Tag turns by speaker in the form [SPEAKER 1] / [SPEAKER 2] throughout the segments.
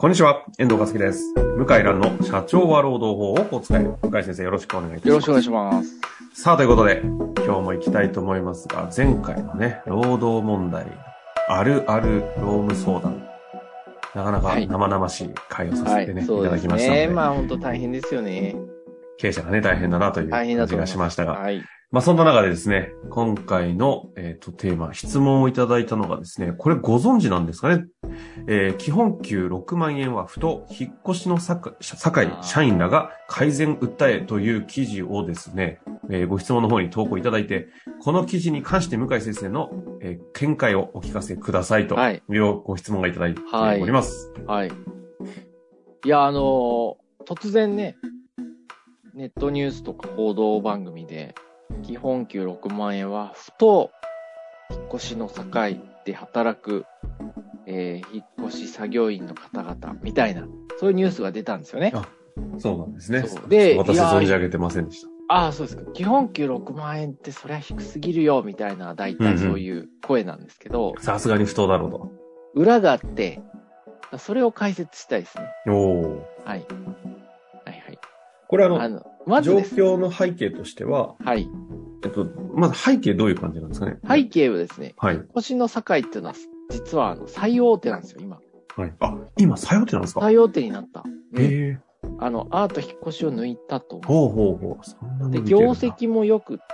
[SPEAKER 1] こんにちは、遠藤和樹です。向井蘭の社長は労働法をお伝え。向井先生、よろしくお願いいたします。
[SPEAKER 2] よろしくお願いします。
[SPEAKER 1] さあ、ということで、今日も行きたいと思いますが、前回のね、労働問題、あるある労務相談、なかなか生々しい会をさせてね、いただきましたので。
[SPEAKER 2] まあ本当大変ですよね。
[SPEAKER 1] 経営者がね、大変だなという感じがしましたが。
[SPEAKER 2] はい。
[SPEAKER 1] まあそんな中でですね、今回の、テーマ、質問をいただいたのがですね、これご存知なんですかね。基本給6万円はふと引っ越しの堺社員らが改善訴えという記事をですね、ご質問の方に投稿いただいて、この記事に関して向井先生の、見解をお聞かせくださいというご質問がいただいております。
[SPEAKER 2] はい。いや、突然ね、ネットニュースとか報道番組で、基本給6万円はふと引っ越しの堺で働く、引っ越し作業員の方々みたいな、そういうニュースが出たんですよね。
[SPEAKER 1] あ、そうなんですね。
[SPEAKER 2] で、
[SPEAKER 1] 私存じ上げてませんでした。
[SPEAKER 2] ああ、そうですか。基本給6万円ってそりゃ低すぎるよ、みたいな、大体そういう声なんですけど。
[SPEAKER 1] さすがに不当だろうと。
[SPEAKER 2] 裏があって、それを解説したいですね。
[SPEAKER 1] おー。
[SPEAKER 2] はい。はいはい。
[SPEAKER 1] これ
[SPEAKER 2] まず
[SPEAKER 1] 状況の背景としては、
[SPEAKER 2] はい。
[SPEAKER 1] まず背景どういう感じなんですかね。
[SPEAKER 2] 背景はですね、
[SPEAKER 1] はい。
[SPEAKER 2] 引っ越しの堺っていうのは、実は最大手なんですよ、今。
[SPEAKER 1] はい。あ、今最大手なんですか？
[SPEAKER 2] 最大手になった。
[SPEAKER 1] へえ。
[SPEAKER 2] アート引っ越しを抜いたと。
[SPEAKER 1] ほうほうほう。そんな
[SPEAKER 2] で、業績も良くって、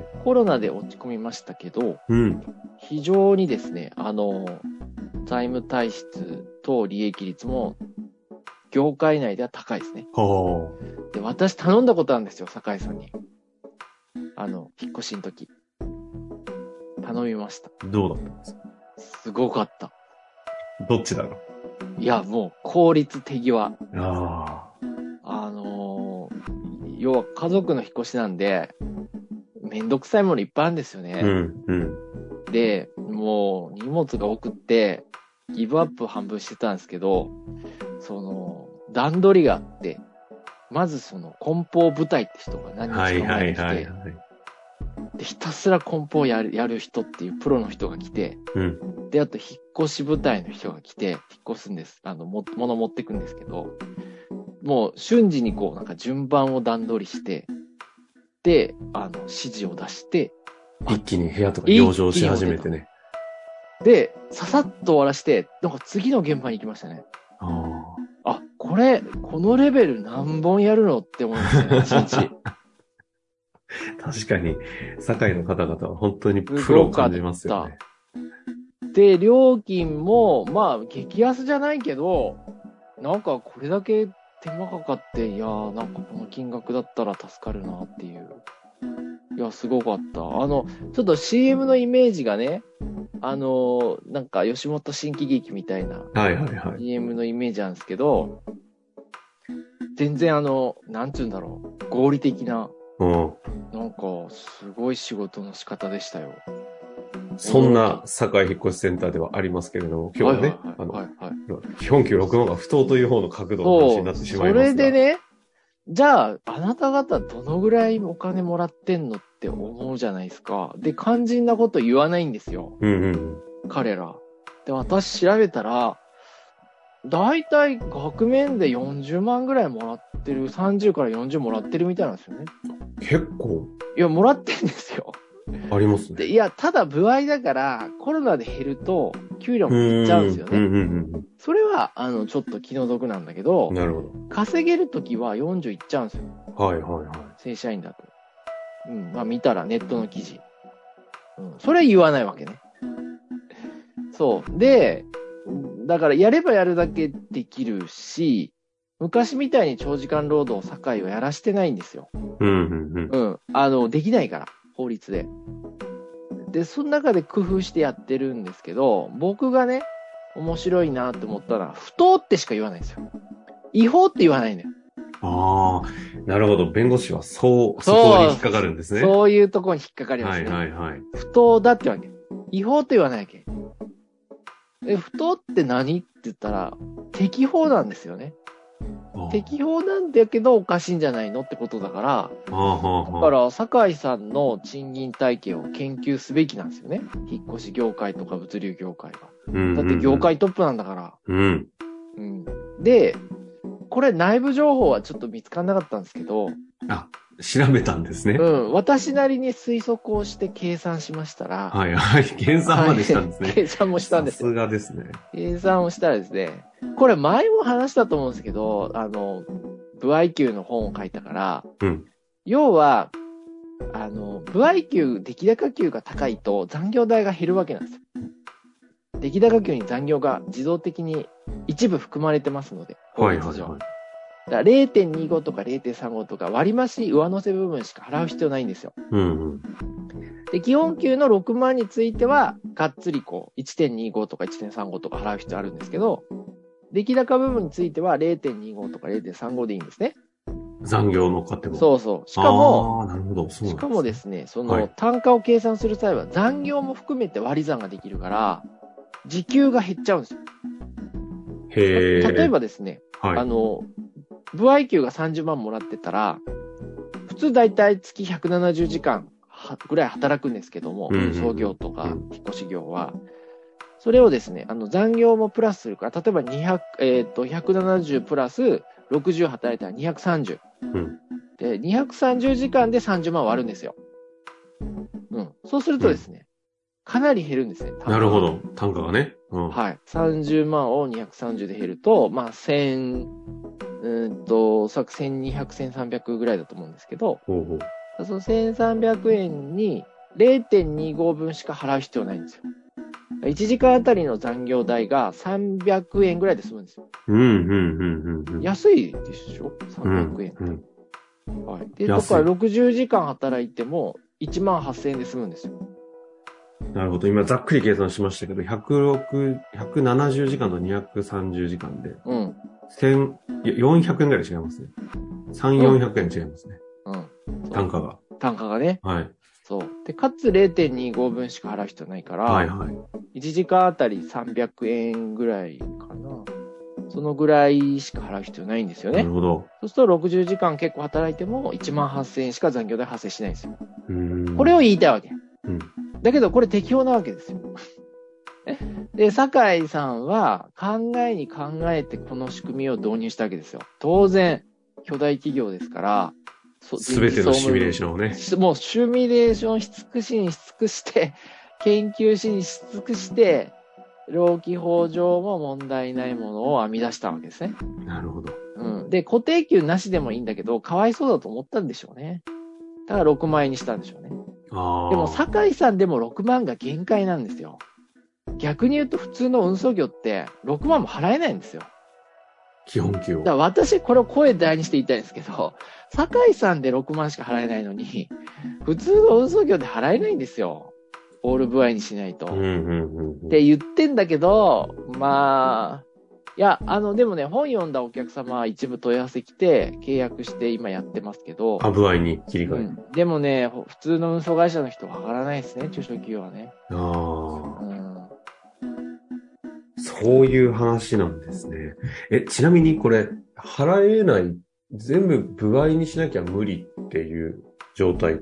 [SPEAKER 1] コ
[SPEAKER 2] ロナで落ち込みましたけど、
[SPEAKER 1] うん。
[SPEAKER 2] 非常にですね、財務体質と利益率も、業界内では高いですね。
[SPEAKER 1] ほ
[SPEAKER 2] う。で、私頼んだことあるんですよ、堺さんに。引っ越しの時。頼みました。
[SPEAKER 1] どうだったんですか？
[SPEAKER 2] すごかった。
[SPEAKER 1] どっちだろ
[SPEAKER 2] う？いや、もう、効率手際。
[SPEAKER 1] あ
[SPEAKER 2] あ。要は家族の引っ越しなんで、めんどくさいものいっぱいあるんですよね。で、もう、荷物が多くって、ギブアップ半分してたんですけど、段取りがあって、まず梱包部隊って人が何日か前に来て、で、ひたすら梱包やる人っていうプロの人が来て、で、あと引っ越し部隊の人が来て、引っ越すんです。物持ってくんですけど、もう瞬時に順番を段取りして、で、指示を出して、
[SPEAKER 1] 一気に部屋とか養生し始めてね。
[SPEAKER 2] で、ささっと終わらして、なんか次の現場に行きましたね。このレベル何本やるのって思いましたね、一日。
[SPEAKER 1] 確かに、堺の方々は本当にプロを感じますよね。
[SPEAKER 2] で、料金も、まあ、激安じゃないけど、なんかこれだけ手間かかって、いやー、なんかこの金額だったら助かるなっていう。いや、すごかった。ちょっと CM のイメージがね、なんか吉本新喜劇みたいな、CM のイメージなんですけど、全然なんていうんだろう、合理的な、なんか、すごい仕事の仕方でしたよ。
[SPEAKER 1] そんな堺引っ越しセンターではありますけれども、今日はね、基本給6万が不当という方の角度の話になってしまいますが。
[SPEAKER 2] それでね、じゃあ、あなた方どのぐらいお金もらってんのって思うじゃないですか。で、肝心なこと言わないんですよ。彼ら。で、私調べたら、だいたい額面で40万ぐらいもらってる、30から40もらってるみたいなんですよね。
[SPEAKER 1] 結構。
[SPEAKER 2] いや、もらってんですよ。
[SPEAKER 1] ありますね。
[SPEAKER 2] で、いや、ただ歩合だから、コロナで減ると、給料も減っちゃうんですよね。それは、ちょっと気の毒なんだけど、
[SPEAKER 1] なるほど。
[SPEAKER 2] 稼げるときは40いっちゃうんですよ。正社員だと。まあ見たらネットの記事。それは言わないわけね。そう。で、だからやればやるだけできるし、昔みたいに長時間労働堺はやらしてないんですよ。できないから、法律で。で、その中で工夫してやってるんですけど、僕がね、面白いなと思ったら、不当ってしか言わないんですよ。違法って言わないんだよ。
[SPEAKER 1] ああ、なるほど。弁護士はそこに引っかかるんですね。
[SPEAKER 2] そういうところに引っかかりますね。不当だってわけ。違法って言わないわけ。不当って何って言ったら、適法なんですよね。適法なんだけどおかしいんじゃないのってことだから、だから堺さんの賃金体系を研究すべきなんですよね。引っ越し業界とか物流業界が。だって業界トップなんだから。 うん。で、これ内部情報はちょっと見つからなかったんですけど。
[SPEAKER 1] あ、調べたんですね。
[SPEAKER 2] うん。私なりに推測をして計算しましたら。
[SPEAKER 1] はいはい。計算までしたんですね。
[SPEAKER 2] はい、計算もしたんですよ。
[SPEAKER 1] さすがですね。
[SPEAKER 2] 計算をしたらですね、これ前も話したと思うんですけど、歩合給の本を書いたから、
[SPEAKER 1] うん。
[SPEAKER 2] 要は、歩合給、出来高給が高いと残業代が減るわけなんですよ。出来高給に残業が自動的に一部含まれてますので、法律上。だから 0.25 とか 0.35 とか割増上乗せ部分しか払う必要ないんですよ。
[SPEAKER 1] うんうん。
[SPEAKER 2] で、基本給の6万については、がっつり1.25 とか 1.35 とか払う必要あるんですけど、出来高部分については 0.25 とか 0.35 でいいんですね。
[SPEAKER 1] 残業乗っかっても。
[SPEAKER 2] そうそう。しかも、
[SPEAKER 1] なるほど。そうなんですね。
[SPEAKER 2] しかもですね、その単価を計算する際は残業も含めて割り算ができるから、時給が減っちゃうんですよ。
[SPEAKER 1] へー。
[SPEAKER 2] 例えばですね、
[SPEAKER 1] はい、
[SPEAKER 2] 歩合給が30万もらってたら、普通だいたい月170時間ぐらい働くんですけども、運送業とか引っ越し業は、それをですね、残業もプラスするから、例えば170プラス60働いたら230。
[SPEAKER 1] うん、
[SPEAKER 2] で、230時間で30万割るんですよ。うん。そうするとですね、かなり減るんですね。
[SPEAKER 1] なるほど。単価がね。
[SPEAKER 2] うん、はい。30万を230で減ると、まあ、1200、1300ぐらいだと思うんですけど、
[SPEAKER 1] ほうほう、
[SPEAKER 2] その1300円に 0.25 分しか払う必要ないんですよ。1時間あたりの残業代が300円ぐらいで済むんですよ。安いでしょ ?300 円って。はい。で、だから60時間働いても1万8000円で済むんですよ。
[SPEAKER 1] なるほど。今ざっくり計算しましたけど、170時間と230時間で、
[SPEAKER 2] うん。
[SPEAKER 1] 400円ぐらい違いますね。3、400円違いますね。
[SPEAKER 2] うん。
[SPEAKER 1] 単価が。
[SPEAKER 2] 単価がね。
[SPEAKER 1] はい。
[SPEAKER 2] そう。で、かつ 0.25 分しか払う必要ないから、
[SPEAKER 1] はいはい。
[SPEAKER 2] 1時間あたり300円ぐらいかな。そのぐらいしか払う必要ないんですよね。
[SPEAKER 1] なるほど。
[SPEAKER 2] そうすると60時間結構働いても1万8000円しか残業代発生しないんですよ。これを言いたいわけ。
[SPEAKER 1] うん。
[SPEAKER 2] だけどこれ適用なわけですよ。で、酒井さんは考えに考えてこの仕組みを導入したわけですよ。当然、巨大企業ですから、
[SPEAKER 1] すべてのシミュレーションをね。
[SPEAKER 2] もうシミュレーションし尽くしにし尽くして、研究しにし尽くして、労基法上も問題ないものを編み出したわけですね。
[SPEAKER 1] なるほど。
[SPEAKER 2] うん。で、固定給なしでもいいんだけど、かわいそうだと思ったんでしょうね。だから6万円にしたんでしょうね。でも、酒井さんでも6万が限界なんですよ。逆に言うと普通の運送業って6万も払えないんですよ。
[SPEAKER 1] 基本給を。
[SPEAKER 2] だから私これを声大にして言いたいんですけど、酒井さんで6万しか払えないのに、普通の運送業で払えないんですよ。オール歩合にしないと。って言ってんだけど、まあ、いや、でもね、本読んだお客様は一部問い合わせ来て、契約して今やってますけど。
[SPEAKER 1] 歩合に切り替え、うん。
[SPEAKER 2] でもね、普通の運送会社の人はわからないですね、中小企業はね。
[SPEAKER 1] そういう話なんですね。ちなみにこれ、払えない、全部歩合にしなきゃ無理っていう状態って、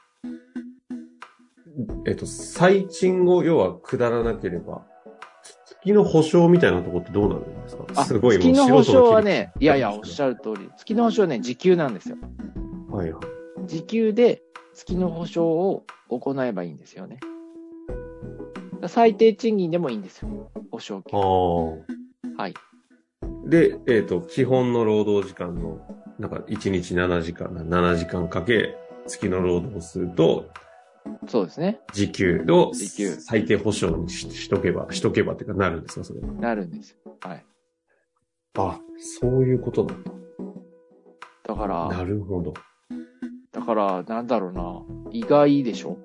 [SPEAKER 1] 最賃を要は下らなければ、月の保証みたいなところってどうなるんですか？すごい
[SPEAKER 2] 月の保証はね、いやいや、おっしゃる通り。月の保証はね、時給なんですよ。
[SPEAKER 1] はいはい。
[SPEAKER 2] 時給で月の保証を行えばいいんですよね。最低賃金でもいいんですよ。保証金。はい。
[SPEAKER 1] で、基本の労働時間の、なんか1日7時間かけ、月の労働数と、
[SPEAKER 2] そうですね。
[SPEAKER 1] 時給を最低保障にしとけばっていうかなるんですか、それは。
[SPEAKER 2] なるんです。はい。
[SPEAKER 1] あ、そういうことなんだ。
[SPEAKER 2] だから。
[SPEAKER 1] なるほど。
[SPEAKER 2] だから、なんだろうな。意外でしょ？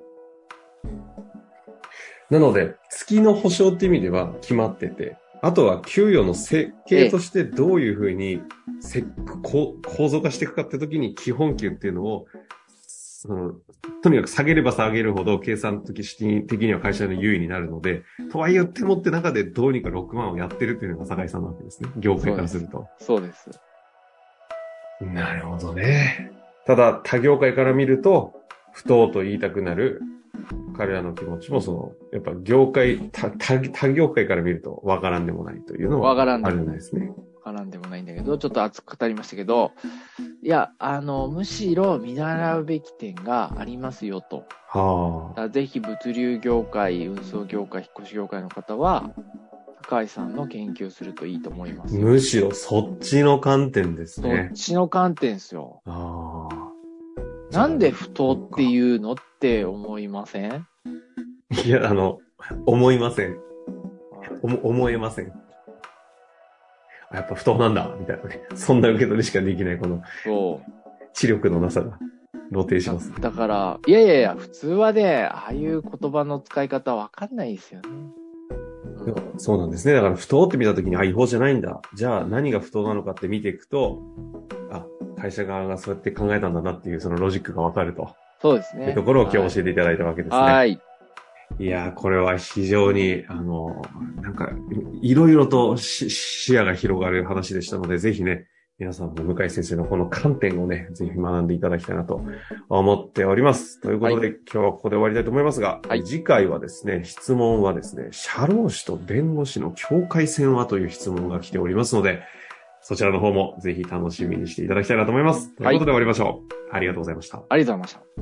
[SPEAKER 1] なので、月の保障って意味では決まってて、あとは給与の設計としてどういうふうに構造化していくかって時に基本給っていうのを、とにかく下げれば下げるほど計算的には会社の優位になるので、とは言ってもって中でどうにか6万をやってるっていうのが酒井さんなわけですね。業界からすると。
[SPEAKER 2] そうです。
[SPEAKER 1] なるほどね。ただ他業界から見ると、不当と言いたくなる彼らの気持ちもやっぱ他業界から見るとわからんでもないというのはあるんですね。
[SPEAKER 2] わからんでもないんだけど、ちょっと熱く語りましたけど、いや、むしろ見習うべき点がありますよと。
[SPEAKER 1] は
[SPEAKER 2] あ。ぜひ物流業界、運送業界、引っ越し業界の方は、高井さんの研究するといいと思います。
[SPEAKER 1] むしろそっちの観点ですね。
[SPEAKER 2] そっちの観点ですよ。
[SPEAKER 1] ああ。
[SPEAKER 2] なんで不当っていうのって思いません？
[SPEAKER 1] いや、思いません。思えません。やっぱ不当なんだみたいなね。そんな受け取りしかできないこの、知力のなさが露呈します。
[SPEAKER 2] だから、いや、普通はね、ああいう言葉の使い方わかんないですよね。
[SPEAKER 1] そうなんですね。だから不当って見たときに、違法じゃないんだ。じゃあ何が不当なのかって見ていくと、会社側がそうやって考えたんだなっていうそのロジックがわかると。
[SPEAKER 2] そうですね。
[SPEAKER 1] いうところを今日教えていただいたわけですね。
[SPEAKER 2] はい。
[SPEAKER 1] いや、これは非常に、いろいろと視野が広がる話でしたので、ぜひね、皆さんも向井先生のこの観点をね、ぜひ学んでいただきたいなと思っております。ということで、今日はここで終わりたいと思いますが、次回はですね、質問はですね、社労士と弁護士の境界線はという質問が来ておりますので、そちらの方もぜひ楽しみにしていただきたいなと思います。ということで終わりましょう。ありがとうございました。
[SPEAKER 2] ありがとうございました。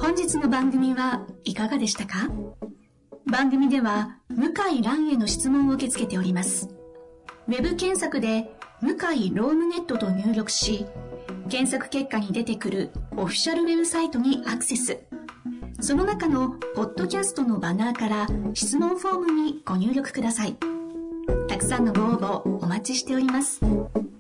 [SPEAKER 3] 本日の番組はいかがでしたか？番組では向井蘭への質問を受け付けております。ウェブ検索で向井ロームネットと入力し、検索結果に出てくるオフィシャルウェブサイトにアクセス。その中のポッドキャストのバナーから質問フォームにご入力ください。たくさんのご応募お待ちしております。